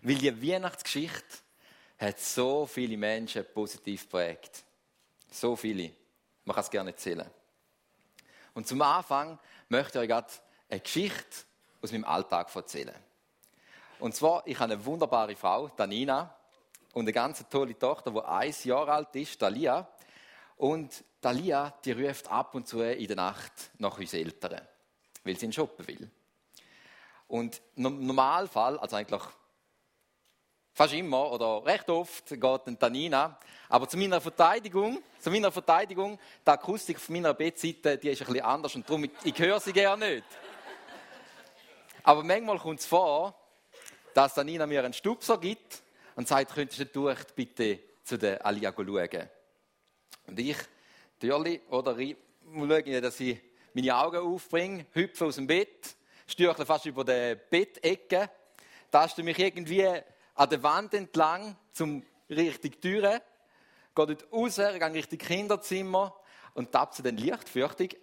Weil die Weihnachtsgeschichte hat so viele Menschen positiv geprägt. So viele. Man kann es gerne erzählen. Und zum Anfang möchte ich euch gerade eine Geschichte aus meinem Alltag erzählen. Und zwar, ich habe eine wunderbare Frau, Danina, und eine ganz tolle Tochter, die 1 Jahr alt ist, Talia. Und Talia, die ruft ab und zu in der Nacht nach uns Eltern, weil sie ihn shoppen will. Und im Normalfall, also eigentlich fast immer oder recht oft, geht dann Tanina. Aber zu meiner Verteidigung, die Akustik von meiner Bettseite, die ist ein bisschen anders und darum, ich höre sie gerne nicht. Aber manchmal kommt es vor, dass Tanina mir einen Stupser gibt und sagt, könntest du bitte zu der Alia schauen. Und ich, natürlich, oder ich schaue, dass ich meine Augen aufbringe, hüpfe aus dem Bett, stürchle fast über die Bettecke, taste mich irgendwie an der Wand entlang zum Richtung Türe, gehe dort raus, gehe Richtung Kinderzimmer und tapse dann leichtfüßig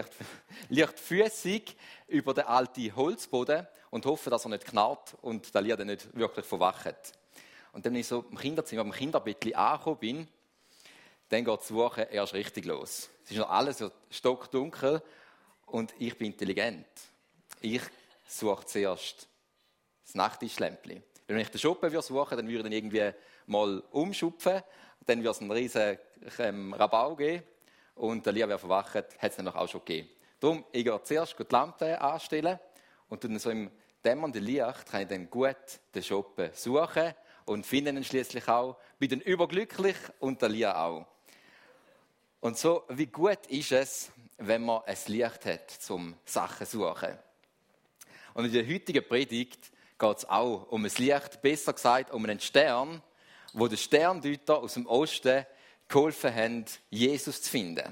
über den alten Holzboden und hoffe, dass er nicht knarrt und der Lia dann nicht wirklich verwacht. Und dann, wenn ich so im Kinderzimmer, am Kinderbettchen angekommen bin, dann geht die Suche erst richtig los. Es ist noch alles so stockdunkel und ich bin intelligent. Ich suche zuerst das Nachttischlämpchen. Wenn ich den Schuppen suche, dann würde ich ihn irgendwie mal umschupfen. Dann würde es einen riesen Rabau geben. Und der Lia wäre verwacht, hat es dann auch schon gegeben. Darum, ich gehe zuerst die Lampe anstellen. Und dann so im dämmernden Licht kann ich dann gut den Schuppen suchen. Und finde ihn schliesslich auch. Bin dann überglücklich und der Lia auch. Und so, wie gut ist es, wenn man ein Licht hat, zum Sachen zu suchen. Und in der heutigen Predigt geht es auch um ein Licht, besser gesagt um einen Stern, wo der Sterndeuter aus dem Osten geholfen haben, Jesus zu finden.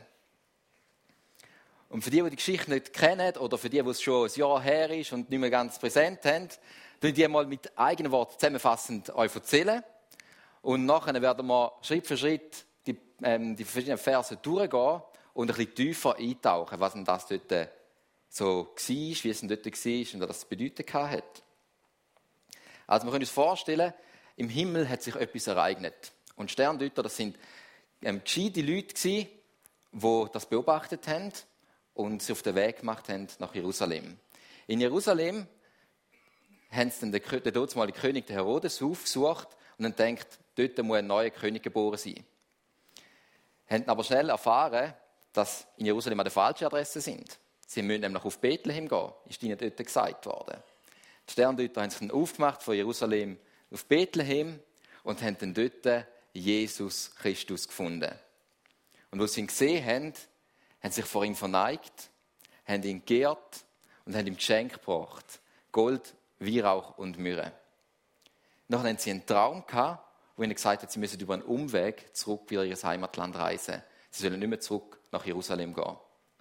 Und für die Geschichte nicht kennen oder für die es schon ein Jahr her ist und nicht mehr ganz präsent haben, will ich die mal mit eigenen Worten zusammenfassend euch erzählen. Und nachher werden wir Schritt für Schritt die verschiedenen Verse durchgehen und ein bisschen tiefer eintauchen, was denn das dort so war, wie es dort war und was das bedeutet hat. Also wir können uns vorstellen, im Himmel hat sich etwas ereignet. Und Sterndeuter, das sind gescheite Leute gewesen, die das beobachtet haben und sich auf den Weg gemacht haben nach Jerusalem. In Jerusalem haben sie dann den damaligen König, den Herodes, aufgesucht und dann gedacht, dort muss ein neuer König geboren sein. Haben aber schnell erfahren, dass in Jerusalem an der falschen Adresse sind. Sie müssen nämlich auf Bethlehem gehen, ist ihnen dort gesagt worden. Die Sterndeuter haben sich dann aufgemacht von Jerusalem auf Bethlehem und haben dann dort Jesus Christus gefunden. Und als sie ihn gesehen haben, haben sie sich vor ihm verneigt, haben ihn geehrt und haben ihm Geschenk gebracht. Gold, Weihrauch und Myrrhe. Nachher hatten sie einen Traum gehabt, wo ihnen gesagt hat, sie müssen über einen Umweg zurück in ihr Heimatland reisen. Sie sollen nicht mehr zurück nach Jerusalem gehen.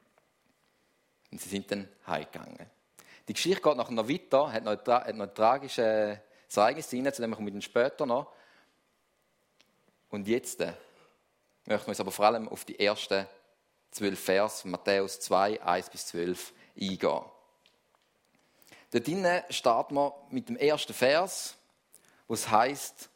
Und sie sind dann heimgegangen. Die Geschichte geht nachher noch weiter, hat noch ein tragisches Ereignis drin, zu dem kommen wir dann später noch. Und jetzt möchten wir uns aber vor allem auf die ersten 12 Vers von Matthäus 2, 1-12 eingehen. Dort drinnen starten wir mit dem ersten Vers, wo es heisst,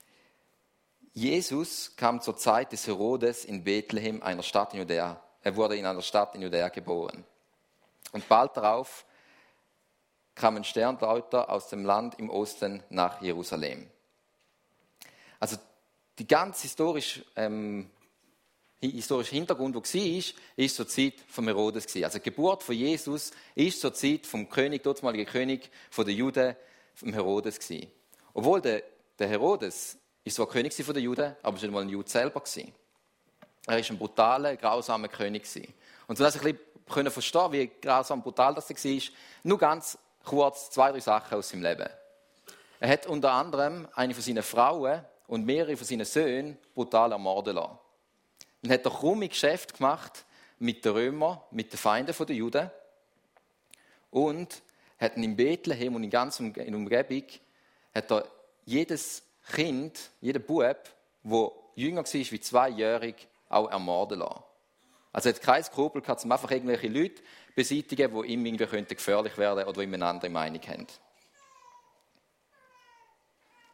Jesus kam zur Zeit des Herodes in Bethlehem, einer Stadt in Judäa. Er wurde in einer Stadt in Judäa geboren. Und bald darauf kam ein Sterndeuter aus dem Land im Osten nach Jerusalem. Also die ganze historische Hintergrund, der war, ist zur Zeit von Herodes. Also die Geburt von Jesus ist zur Zeit vom König, damaligen König von den Juden, vom Herodes. Obwohl der Herodes ist zwar König von den Juden, aber er war nicht mal ein Jude selber. Er war ein brutaler, grausamer König. Und so dass ich ein bisschen verstehen konnte, wie grausam und brutal das war, nur ganz kurz 2-3 Sachen aus seinem Leben. Er hat unter anderem eine von seinen Frauen und mehrere von seinen Söhnen brutal ermorden lassen. Dann hat er krumme Geschäfte gemacht mit den Römern, mit den Feinden der Juden und hat in Bethlehem und in der Umgebung hat er jedes Kind, jeder Bub, der jünger war wie 2-jährig, auch ermorden lassen. Also er hat kein Skrupel gehabt, um einfach irgendwelche Leute beseitigen, die ihm irgendwie gefährlich werden könnten oder die ihm eine andere Meinung haben.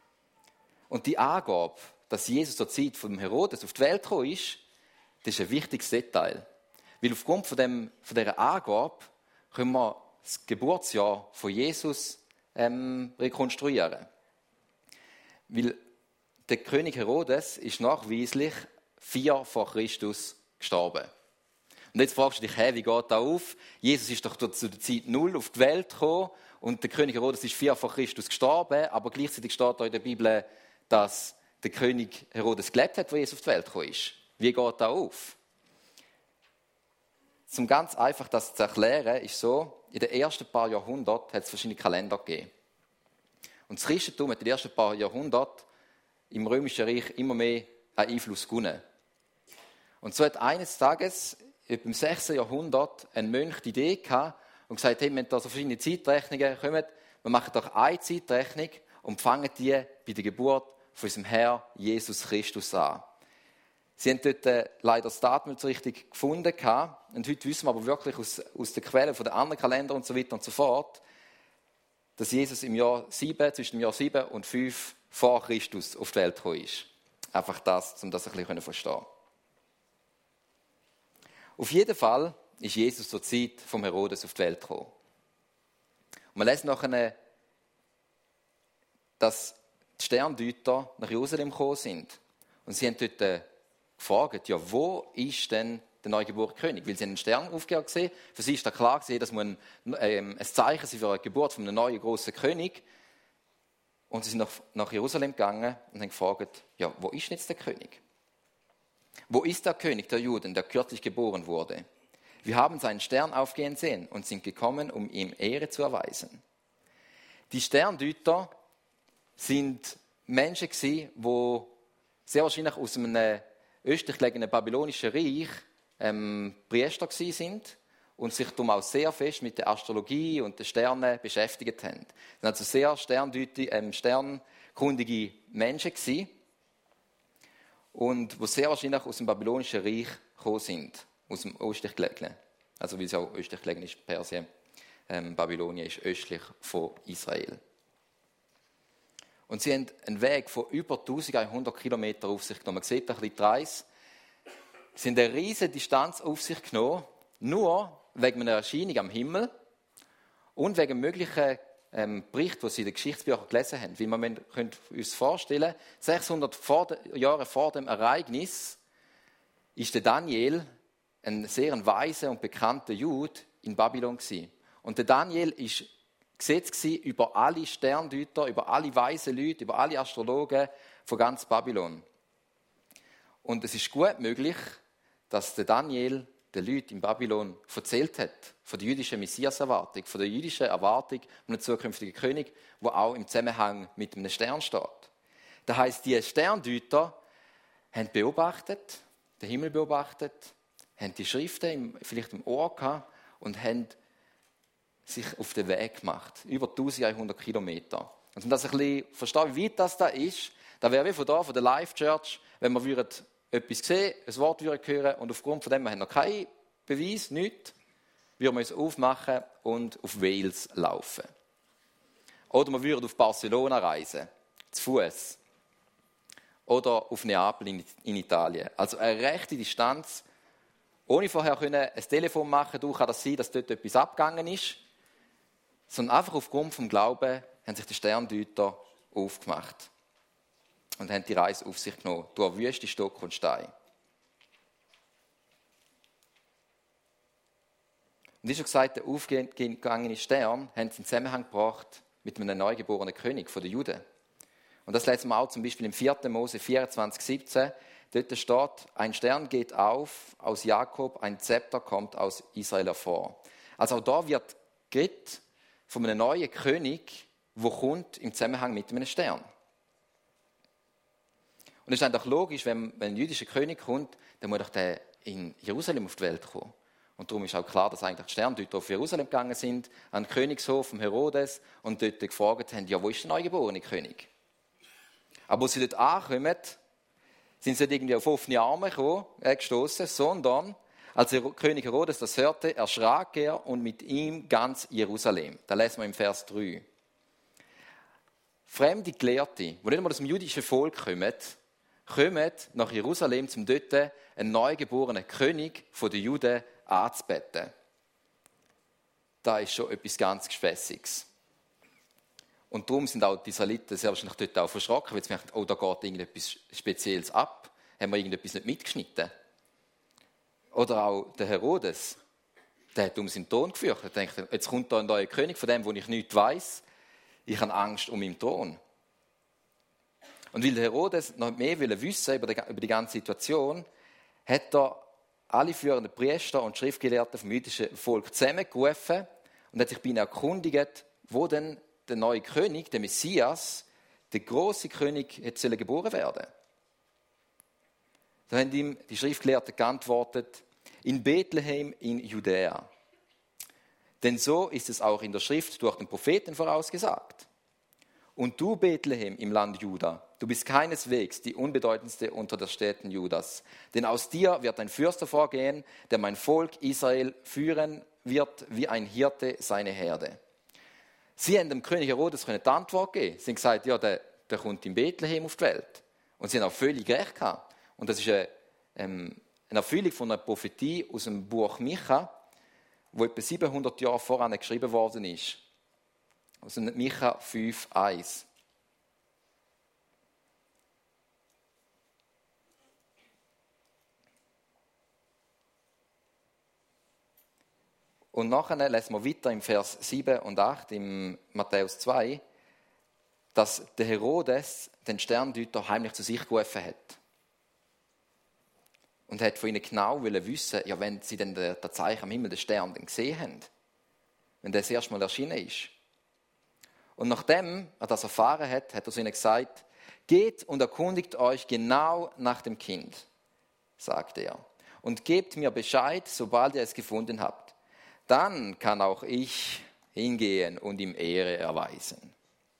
Und die Angabe, dass Jesus zur Zeit von Herodes auf die Welt gekommen ist, das ist ein wichtiges Detail. Weil aufgrund von dieser Angabe können wir das Geburtsjahr von Jesus rekonstruieren. Weil der König Herodes ist nachweislich 4 vor Christus gestorben. Und jetzt fragst du dich, wie geht das auf? Jesus ist doch zu der Zeit 0 auf die Welt gekommen und der König Herodes ist 4 vor Christus gestorben, aber gleichzeitig steht da in der Bibel, dass der König Herodes gelebt hat, als Jesus auf die Welt gekommen ist. Wie geht das auf? Um ganz einfach das zu erklären, ist so, in den ersten paar Jahrhunderten hat es verschiedene Kalender gegeben. Und das Christentum hat in den ersten paar Jahrhunderten im Römischen Reich immer mehr einen Einfluss gewonnen. Und so hat eines Tages, im 6. Jahrhundert, ein Mönch die Idee gehabt und gesagt, hey, wenn da so verschiedene Zeitrechnungen kommen, wir machen doch eine Zeitrechnung und fangen die bei der Geburt von unserem Herr Jesus Christus an. Sie haben dort leider das Datum nicht so richtig gefunden gehabt. Und heute wissen wir aber wirklich aus den Quellen von den anderen Kalendern und so weiter und so fort, dass Jesus im Jahr 7, zwischen dem Jahr 7 und 5 vor Christus auf die Welt gekommen ist. Einfach das, um das ein bisschen verstehen. Auf jeden Fall ist Jesus zur Zeit vom Herodes auf die Welt gekommen. Und man lesen nachher, dass die Sterndeuter nach Jerusalem gekommen sind. Und sie haben dort gefragt, ja, wo ist denn der neugeborene König? Weil sie einen Stern aufgehört gesehen. Für sie ist da klar gewesen, dass man ein Zeichen sei für eine Geburt von einem neuen großen König. Und sie sind nach Jerusalem gegangen und haben gefragt, ja, wo ist jetzt der König? Wo ist der König der Juden, der kürzlich geboren wurde? Wir haben seinen Stern aufgehen sehen und sind gekommen, um ihm Ehre zu erweisen. Die Sterndeuter sind Menschen gewesen, die sehr wahrscheinlich aus einem östlich gelegenen babylonischen Reich Priester gewesen sind und sich darum auch sehr fest mit der Astrologie und den Sternen beschäftigt haben. Das waren also sehr sternkundige Menschen gewesen und die sehr wahrscheinlich aus dem babylonischen Reich gekommen sind, aus dem östlich gelegenen. Also wie es auch östlich gelegen ist, Persien, Babylonien ist östlich von Israel. Und sie haben einen Weg von über 1100 Kilometern auf sich genommen. Man sieht ein bisschen die Reise. Sie haben eine riesige Distanz auf sich genommen, nur wegen einer Erscheinung am Himmel und wegen möglichen Berichten, die sie in den Geschichtsbüchern gelesen haben. Wie man uns vorstellen kann, 600 Jahre vor dem Ereignis ist der Daniel, ein sehr weiser und bekannter Jude, in Babylon gewesen. Und der Daniel ist gesetzt über alle Sterndeuter, über alle weisen Leute, über alle Astrologen von ganz Babylon. Und es ist gut möglich, dass der Daniel den Leuten in Babylon erzählt hat, von der jüdischen Messias-Erwartung, von der jüdischen Erwartung um einen zukünftigen König, der auch im Zusammenhang mit einem Stern steht. Das heisst, die Sterndeuter haben beobachtet, den Himmel beobachtet, haben die Schriften vielleicht im Ohr gehabt und haben sich auf den Weg gemacht. Über 1100 Kilometer. Und um das ein bisschen zu verstehen, wie weit das da ist, da wäre wie von da, von der Life Church, wenn wir etwas sehen, ein Wort hören und aufgrund von dem, wir haben noch keinen Beweis, nichts, würden wir uns aufmachen und auf Wales laufen. Oder wir würden auf Barcelona reisen, zu Fuß. Oder auf Neapel in Italien. Also eine rechte Distanz, ohne vorher ein Telefon machen können. Kann das sein, dass dort etwas abgegangen ist? Sondern einfach aufgrund des Glauben haben sich die Sterndeuter aufgemacht und haben die Reise auf sich genommen, durch Wüste, Stock und Stein. Und wie schon gesagt, der aufgegangene Stern haben sie in Zusammenhang gebracht mit einem neugeborenen König von den Juden. Und das lesen wir auch zum Beispiel im 4. Mose 24,17. Dort steht, ein Stern geht auf aus Jakob, ein Zepter kommt aus Israel hervor. Also auch da wird geredet von einem neuen König, der kommt im Zusammenhang mit einem Stern. Und es ist einfach logisch, wenn ein jüdischer König kommt, dann muss doch der in Jerusalem auf die Welt kommen. Und darum ist auch klar, dass eigentlich die Sterndeuter auf Jerusalem gegangen sind, an den Königshof von Herodes und dort gefragt haben, ja, wo ist der neugeborene König? Aber als sie dort ankommen, sind sie nicht irgendwie auf offene Arme gestoßen, sondern als der König Herodes das hörte, erschrak er und mit ihm ganz Jerusalem. Da lesen wir im Vers 3. fremde Gelehrte, die nicht einmal aus dem jüdischen Volk kommen nach Jerusalem, um dort einen neugeborenen König der Juden anzubeten. Das ist schon etwas ganz Gespässiges. Und darum sind auch die Israeliten sehr wahrscheinlich dort auch verschrocken, weil sie merken, oh, da geht irgendetwas Spezielles ab. Haben wir irgendetwas nicht mitgeschnitten? Oder auch der Herodes, der hat um seinen Thron gefürchtet. Er denkt, jetzt kommt da ein neuer König, von dem, wo ich nichts weiss. Ich habe Angst um meinen Thron. Und weil der Herodes noch mehr wissen über die ganze Situation, hat er alle führenden Priester und Schriftgelehrten vom jüdischen Volk zusammengerufen und hat sich bei ihnen erkundigt, wo denn der neue König, der Messias, der große König, hätte geboren werden. Da haben ihm die Schriftgelehrten geantwortet, in Bethlehem in Judäa. Denn so ist es auch in der Schrift durch den Propheten vorausgesagt. Und du, Bethlehem im Land Juda, du bist keineswegs die unbedeutendste unter den Städten Judas. Denn aus dir wird ein Fürst hervorgehen, der mein Volk Israel führen wird wie ein Hirte seine Herde. Sie haben dem König Herodes die Antwort geben. Sie haben gesagt, ja, der kommt in Bethlehem auf die Welt. Und sie haben auch völlig recht gehabt. Und das ist eine Erfüllung von einer Prophetie aus dem Buch Micha, wo etwa 700 Jahre voran geschrieben worden ist. Aus dem Micha 5,1. Und nachher lesen wir weiter im Vers 7 und 8 im Matthäus 2, dass der Herodes den Sterndeuter heimlich zu sich gerufen hat. Und hat von ihnen genau wissen, ja, wenn sie denn das Zeichen am Himmel, den Stern, gesehen haben. Wenn der das erste Mal erschienen ist. Und nachdem er das erfahren hat, hat er zu ihnen gesagt, geht und erkundigt euch genau nach dem Kind, sagte er. Und gebt mir Bescheid, sobald ihr es gefunden habt. Dann kann auch ich hingehen und ihm Ehre erweisen.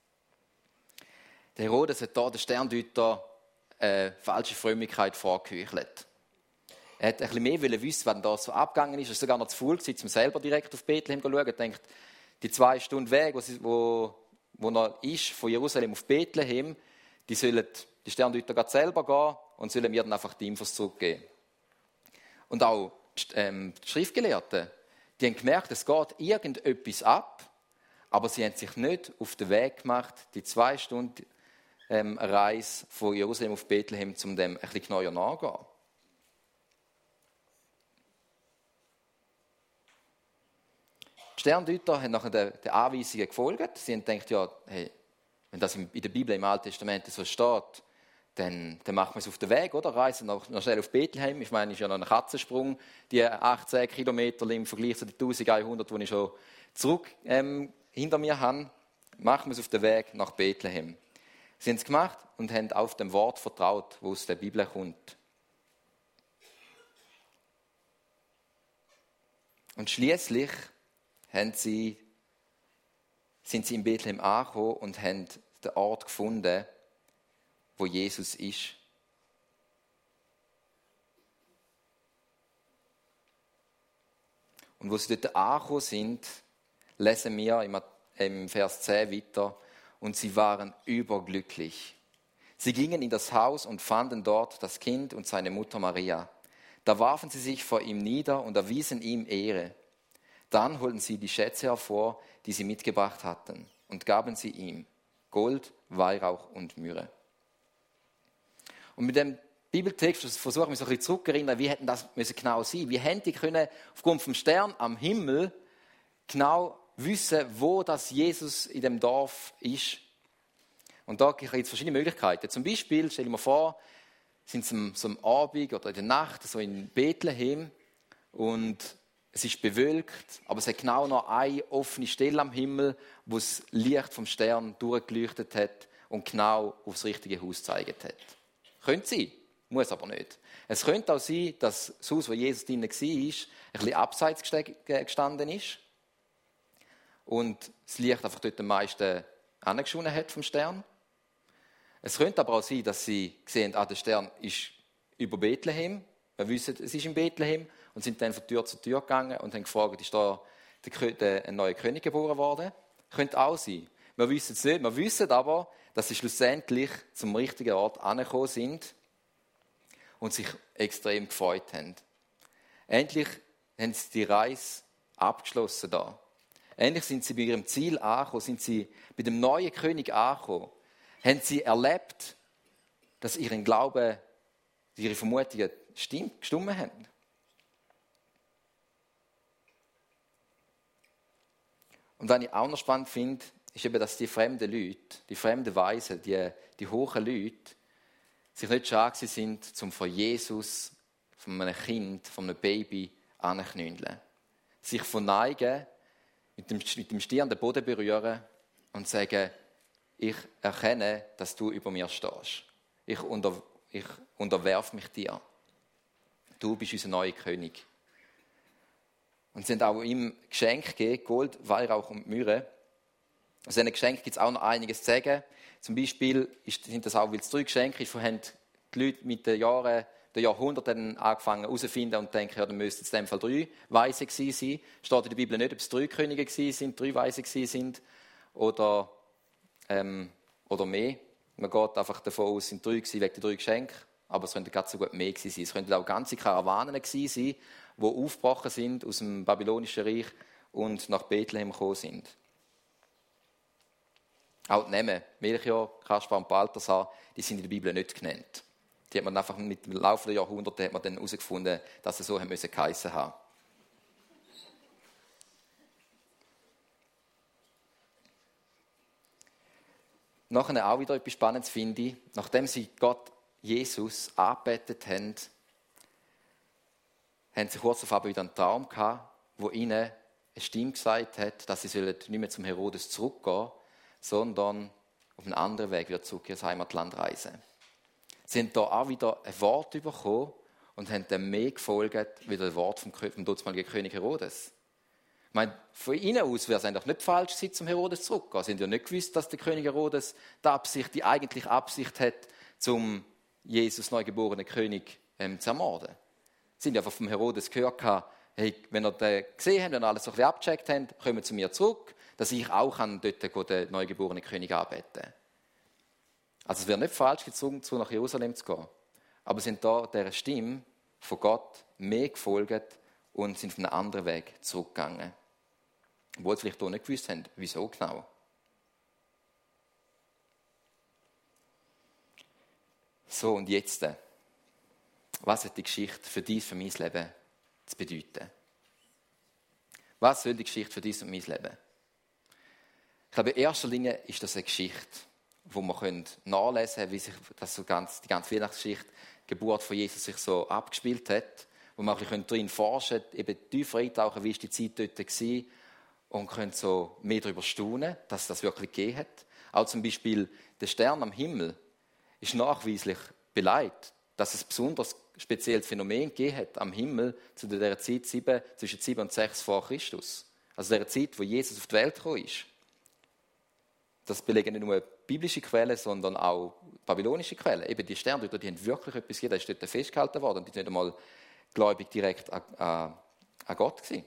Der Herodes hat da den Sterndeuter falsche Frömmigkeit vorgeheuchelt. Er hat ein bisschen mehr wissen, was da so abgegangen ist. Er ist sogar noch zu faul gewesen, um selber direkt auf Bethlehem zu schauen. Er denkt, die 2 Stunden Weg, wo er ist, von Jerusalem auf Bethlehem, die sollen die Sterndeuter selber gehen und sollen mir dann einfach die Infos zurückgeben. Und auch die Schriftgelehrten, die haben gemerkt, es geht irgendetwas ab, aber sie haben sich nicht auf den Weg gemacht, die 2 Stunden Reise von Jerusalem auf Bethlehem, um dem ein bisschen genauer nachzugehen. Die Sterndeuter haben nachher den Anweisungen gefolgt. Sie haben gedacht, ja, hey, wenn das in der Bibel im Alten Testament so steht, dann machen wir es auf den Weg, oder? Reisen noch schnell auf Bethlehem. Ich meine, es ist ja noch ein Katzensprung, die 18 Kilometer im Vergleich zu den 1100, die ich schon zurück hinter mir habe. Machen wir es auf den Weg nach Bethlehem. Sie haben es gemacht und haben auf dem Wort vertraut, wo aus der Bibel kommt. Und schließlich sind sie in Bethlehem angekommen und haben den Ort gefunden, wo Jesus ist. Und wo sie dort angekommen sind, lesen wir im Vers 10 weiter, und sie waren überglücklich. Sie gingen in das Haus und fanden dort das Kind und seine Mutter Maria. Da warfen sie sich vor ihm nieder und erwiesen ihm Ehre. Dann holten sie die Schätze hervor, die sie mitgebracht hatten, und gaben sie ihm Gold, Weihrauch und Myrrhe. Und mit dem Bibeltext versuche ich mich so ein bisschen zurückzuerinnern, wie hätten das genau sein müssen? Wie hätten die können aufgrund vom Stern am Himmel genau wissen, wo das Jesus in dem Dorf ist? Und da gibt es verschiedene Möglichkeiten. Zum Beispiel, stell dir mal vor, sind sie so am Abend oder in der Nacht so in Bethlehem und es ist bewölkt, aber es hat genau noch eine offene Stelle am Himmel, wo das Licht vom Stern durchgeleuchtet hat und genau aufs richtige Haus gezeigt hat. Könnte sein, muss aber nicht. Es könnte auch sein, dass das Haus, wo Jesus drin war, ein bisschen abseits gestanden ist und das Licht einfach dort am meisten angeschonen hat vom Stern. Es könnte aber auch sein, dass sie sehen, der Stern ist über Bethlehem. Wir wissen, es ist in Bethlehem und sind dann von Tür zu Tür gegangen und haben gefragt, ist da ein neuer König geboren worden? Könnte auch sein. Wir wissen es nicht. Wir wissen aber, dass sie schlussendlich zum richtigen Ort angekommen sind und sich extrem gefreut haben. Endlich haben sie die Reise abgeschlossen da. Endlich sind sie bei ihrem Ziel angekommen, sind sie bei dem neuen König angekommen. Haben sie erlebt, dass ihren Glaube, ihre Vermutungen gestimmt haben. Und was ich auch noch spannend finde, ist eben, dass die fremden Leute, die fremden Weisen, die hohen Leute, sich nicht stark sind, um von Jesus, von einem Kind, von einem Baby anzuknündeln. Sich verneigen, mit dem Stirn den Boden berühren und sagen, ich erkenne, dass du über mir stehst. Ich unterwerfe mich dir. Du bist unser neuer König. Und sie haben auch ihm Geschenke gegeben, Gold, Weihrauch und Myrrhe. Aus diesen Geschenken gibt es auch noch einiges zu sagen. Zum Beispiel sind das auch, weil es 3 Geschenke ist, haben die Leute mit den Jahren, den Jahrhunderten angefangen herauszufinden und denken, ja, dann müssten es in dem Fall 3 Weise gewesen sein. Steht in der Bibel nicht, ob es 3 Könige gewesen sind, 3 Weise gewesen sind oder mehr. Man geht einfach davon aus, es sind 3 gewesen, wegen der 3 Geschenke. Aber es könnten ganz so gut mehr gewesen sein. Es könnten auch ganze Karawanen gewesen sein, die aufgebrochen sind aus dem babylonischen Reich und nach Bethlehem gekommen sind. Auch die Namen, Melchior, Kaspar und Balthasar, die sind in der Bibel nicht genannt. Die hat man einfach mit dem Laufe der Jahrhunderte hat man dann herausgefunden, dass sie so geheissen haben. Nachher auch wieder etwas Spannendes finde ich, nachdem sie Gott, Jesus, angebetet haben, haben sie kurz darauf wieder einen Traum gehabt, wo ihnen eine Stimme gesagt hat, dass sie nicht mehr zum Herodes zurückgehen sollen, sondern auf einen anderen Weg wieder zurück in das Heimatland reisen. Sie haben da auch wieder ein Wort bekommen und haben dem mehr gefolgt, wie das Wort vom damaligen König Herodes. Ich meine, von ihnen aus wäre es eigentlich nicht falsch gewesen, zum Herodes zurückzugehen. Sie haben ja nicht gewusst, dass der König Herodes die eigentliche Absicht hat, zum Jesus neugeborenen König zu ermorden. Sie haben einfach vom Herodes gehört, hey, wenn ihr den gesehen habt, wenn ihr alles so ein bisschen abgecheckt habt, kommt zu mir zurück, dass ich auch dort den neugeborenen König anbeten kann. Also es wäre nicht falsch, zurück nach Jerusalem zu gehen. Aber sie sind da dieser Stimme von Gott mehr gefolgt und sind auf einen anderen Weg zurückgegangen. Obwohl sie vielleicht auch nicht gewusst haben, wieso genau. So, und jetzt, was hat die Geschichte für dies, für mein Leben zu bedeuten? Was soll die Geschichte für dies und mein Leben? Ich glaube, in erster Linie ist das eine Geschichte, wo man nachlesen können, wie sich die ganze Weihnachtsgeschichte, die Geburt von Jesus sich so abgespielt hat, wo man ein bisschen drin forschen können, eben tiefer eintauchen, wie die Zeit dort war und können so mehr darüber staunen, dass es das wirklich gegeben hat. Auch zum Beispiel der Stern am Himmel ist nachweislich beleidigt, dass es ein besonders spezielles Phänomen gegeben hat am Himmel zu dieser Zeit zwischen 7 und 6 vor Christus. Also der Zeit, wo Jesus auf die Welt gekommen ist. Das belegen nicht nur biblische Quellen, sondern auch babylonische Quellen. Eben die Sterndeuter, die haben wirklich etwas gegeben, da ist dort festgehalten worden und die sind nicht einmal gläubig direkt an Gott gewesen.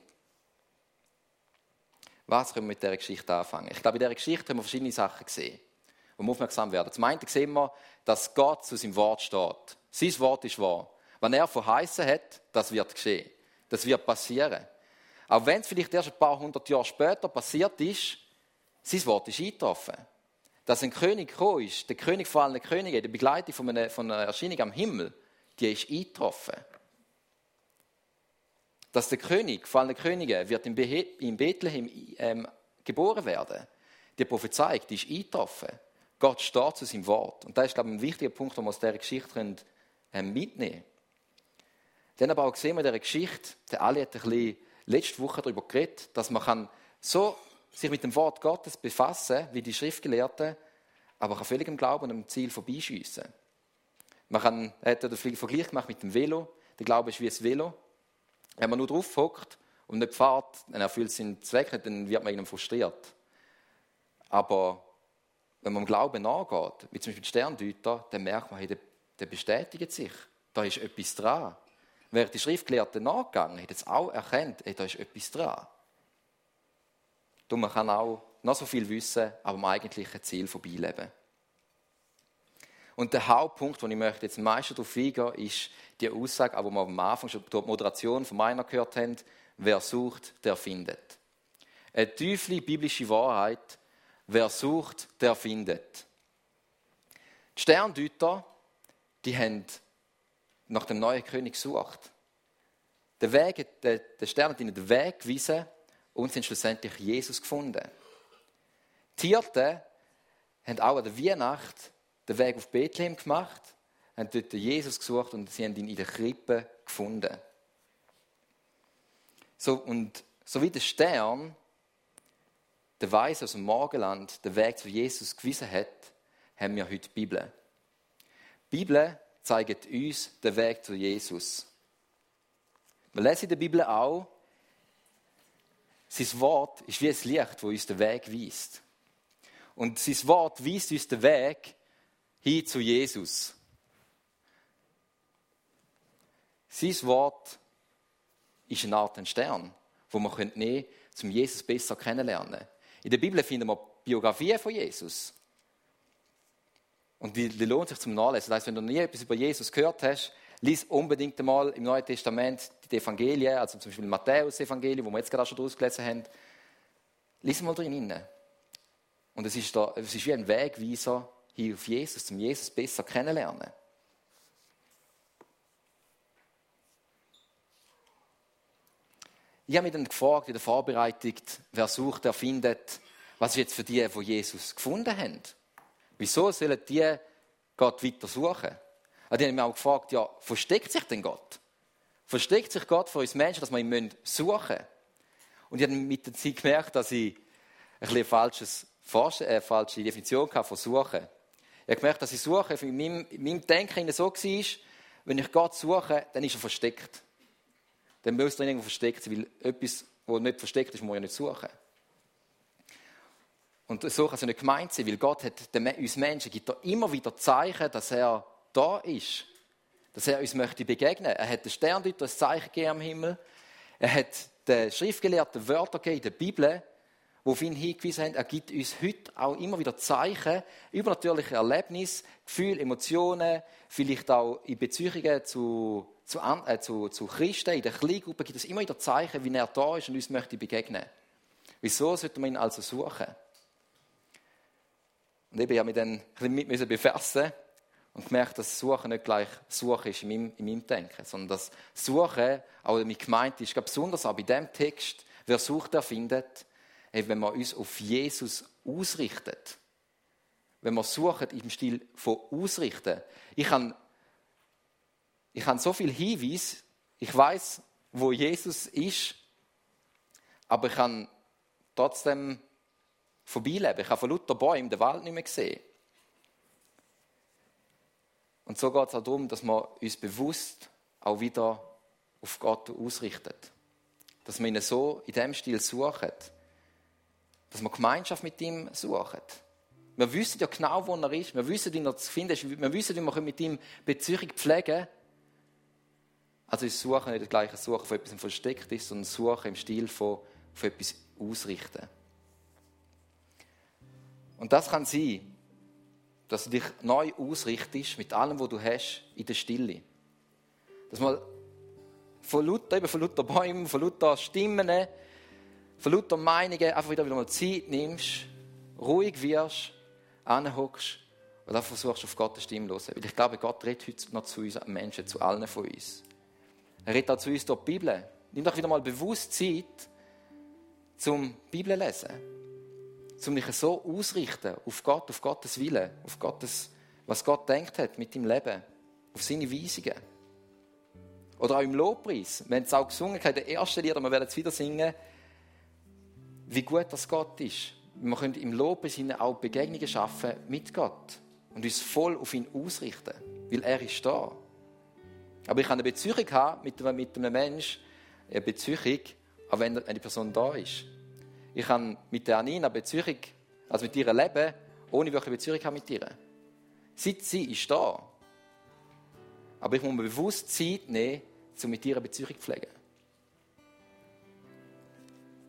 Was können wir mit dieser Geschichte anfangen? Ich glaube, in dieser Geschichte haben wir verschiedene Sachen gesehen, wo wir aufmerksam werden. Zum einen sehen wir, dass Gott zu seinem Wort steht. Sein Wort ist wahr. Wenn er verheißen hat, das wird geschehen. Das wird passieren. Auch wenn es vielleicht erst ein paar hundert Jahre später passiert ist, sein Wort ist eingetroffen. Dass ein König gekommen ist, der König von allen Königen, die Begleitung von einer Erscheinung am Himmel, die ist eingetroffen. Dass der König von allen Königen wird in Bethlehem geboren werden. Die Prophezeiung, die ist eingetroffen. Gott steht zu seinem Wort. Und das ist, glaube ich, ein wichtiger Punkt, den wir aus dieser Geschichte mitnehmen können. Dann aber auch sehen wir in dieser Geschichte, der Ali hat ein bisschen letzte Woche darüber geredet, dass man so sich mit dem Wort Gottes befassen, wie die Schriftgelehrten, aber kann völlig im Glauben und am Ziel vorbeischiessen. Er hat den Vergleich gemacht mit dem Velo. Der Glaube ist wie ein Velo. Wenn man nur drauf hockt und nicht fährt, dann erfüllt es seinen Zweck nicht, dann wird man irgendwie frustriert. Aber wenn man dem Glauben nachgeht, wie zum Beispiel die Sterndeuter, dann merkt man, hey, der bestätigt sich. Da ist etwas dran. Wäre die Schriftgelehrten nachgegangen, hätte es auch erkannt, hey, da ist etwas dran. Und man kann auch noch so viel wissen, aber am eigentlichen Ziel vorbeileben. Und der Hauptpunkt, wo ich möchte jetzt am meisten darauf eingehen, ist die Aussage, die wir am Anfang schon durch die Moderation von meiner gehört haben: Wer sucht, der findet. Eine tiefe biblische Wahrheit: Wer sucht, der findet. Die Sterndeuter, die haben nach dem neuen König gesucht. Der Stern hat ihnen den Weg gewiesen und sie haben schlussendlich Jesus gefunden. Die Hirten haben auch an der Weihnacht den Weg auf Bethlehem gemacht, haben dort Jesus gesucht und sie haben ihn in der Krippe gefunden. So wie der Stern, der Weise aus dem Morgenland, den Weg zu Jesus gewiesen hat, haben wir heute die Bibel. Die Bibel zeigt uns den Weg zu Jesus. Wir lesen in der Bibel auch, sein Wort ist wie ein Licht, das uns den Weg weist. Und sein Wort weist uns den Weg hin zu Jesus. Sein Wort ist eine Art Stern, wo man nehmen können, um Jesus besser kennenzulernen. In der Bibel finden wir Biografien von Jesus. Und die lohnt sich zum Nachlesen. Das heisst, wenn du nie etwas über Jesus gehört hast, lies unbedingt einmal im Neuen Testament die Evangelien, also zum Beispiel Matthäus-Evangelium, wo wir jetzt gerade schon ausgelesen haben. Lies mal drin. Und es ist wie ein Wegweiser hier auf Jesus, um Jesus besser kennenzulernen. Ich habe mich dann gefragt in der Vorbereitung, wer sucht, der findet. Was ist jetzt für die Jesus gefunden haben? Wieso sollen die Gott weiter suchen? Und die haben mich auch gefragt, ja, versteckt sich denn Gott? Versteckt sich Gott vor uns Menschen, dass wir ihn suchen müssen? Und ich habe mit der Zeit gemerkt, dass ich eine falsche Definition von Suchen. Ich habe gemerkt, dass ich Suche in meinem Denken so war, wenn ich Gott suche, dann ist er versteckt. Dann müsste er irgendwo versteckt sein, weil etwas, das nicht versteckt ist, muss ich nicht suchen. Und so kann es nicht gemeint sein, weil Gott hat uns Menschen gibt er immer wieder Zeichen, dass er da ist. Dass er uns möchte begegnen. Er hat den Sterndeuter ein Zeichen gegeben am Himmel. Er hat den Schriftgelehrten Wörter gegeben in der Bibel, die auf ihn hingewiesen haben. Er gibt uns heute auch immer wieder Zeichen, übernatürliche Erlebnisse, Gefühle, Emotionen, vielleicht auch in Beziehungen zu Christen, in der Kleingruppe gibt es immer wieder Zeichen, wie er da ist und uns möchte begegnen. Wieso sollten wir ihn also suchen? Und eben, ich habe mich dann ein bisschen mit befassen und gemerkt, dass Suchen nicht gleich Suchen ist in meinem Denken, sondern dass Suchen auch damit gemeint ist, besonders auch bei diesem Text, wer sucht, der findet, wenn man uns auf Jesus ausrichtet. Wenn wir suchen im Stil von ausrichten. Ich habe so viel Hinweise, ich weiß, wo Jesus ist, aber ich kann trotzdem vorbeileben. Ich habe von lauter Bäumen den Wald nicht mehr gesehen. Und so geht es auch darum, dass wir uns bewusst auch wieder auf Gott ausrichten. Dass wir ihn so in diesem Stil suchen. Dass wir Gemeinschaft mit ihm suchen. Wir wissen ja genau, wo er ist. Wir wissen, wie er zu finden ist. Wir wissen, wie wir mit ihm Beziehung pflegen können. Also ist Suchen nicht das gleiche Suchen von etwas versteckt ist, sondern Suchen im Stil von etwas ausrichten. Und das kann sein, dass du dich neu ausrichtest mit allem, was du hast, in der Stille. Dass man von lauter Bäumen, von lauter Stimmen, von lauter Meinungen einfach wieder mal Zeit nimmst, ruhig wirst, anhockst und dann versuchst, auf Gottes Stimme zu hören. Weil ich glaube, Gott redet heute noch zu uns Menschen, zu allen von uns. Er redet auch zu uns durch die Bibel. Nimm doch wieder mal bewusst Zeit, zum Bibel lesen. Um dich so ausrichten auf Gott, auf Gottes Willen, auf Gottes, was Gott denkt hat mit deinem Leben, auf seine Weisungen. Oder auch im Lobpreis. Wir haben es auch gesungen, in den ersten Liedern, wir werden es wieder singen, wie gut das Gott ist. Wir können im Lobpreis auch Begegnungen schaffen mit Gott und uns voll auf ihn ausrichten, weil er ist da. Aber ich kann eine Beziehung haben mit einem Menschen, eine Beziehung, auch wenn die Person da ist. Ich kann mit der Anina Beziehung, also mit ihr leben, ohne wirklich Beziehung haben mit ihr. Sie ist da. Aber ich muss mir bewusst Zeit nehmen, um mit ihr eine Beziehung zu pflegen.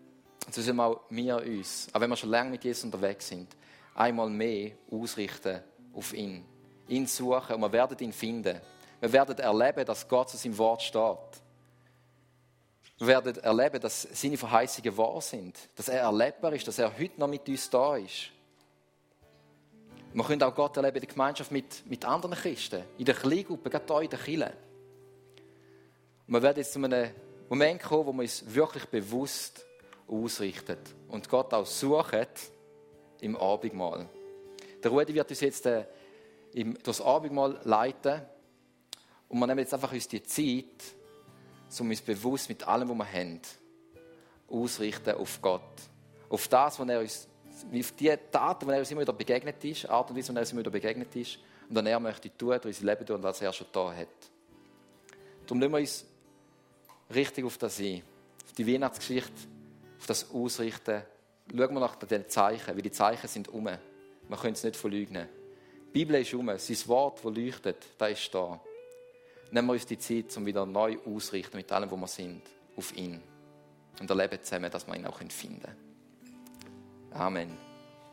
so sollen auch wir uns, auch wenn wir schon lange mit Jesus unterwegs sind, einmal mehr ausrichten auf ihn. Ihn suchen und wir werden ihn finden. Wir werden erleben, dass Gott zu seinem Wort steht. Wir werden erleben, dass seine Verheißungen wahr sind. Dass er erlebbar ist, dass er heute noch mit uns da ist. Wir können auch Gott erleben in der Gemeinschaft mit anderen Christen. In der Kleingruppe, gerade hier in der Kirche. Und wir werden jetzt zu einem Moment kommen, wo wir uns wirklich bewusst ausrichten. Und Gott auch suchen im Abendmahl. Der Rudi wird uns jetzt durch das Abendmahl leiten. Und wir nehmen jetzt einfach uns die Zeit, um uns bewusst mit allem, was wir haben, ausrichten auf Gott. Auf das, was er uns, auf die Taten, die er uns immer wieder begegnet ist, Art und Weise, wie er uns immer wieder begegnet ist, und was er möchte tun, durch unser Leben tun und was er schon da hat. Darum lassen wir uns richtig auf das ein, auf die Weihnachtsgeschichte, auf das Ausrichten. Schauen wir nach den Zeichen, weil die Zeichen sind um. Man kann es nicht verleugnen. Die Bibel ist um, sein Wort, das leuchtet, das ist da. Nehmen wir uns die Zeit, um wieder neu auszurichten mit allem, wo wir sind, auf ihn. Und erleben zusammen, dass wir ihn auch finden können. Amen.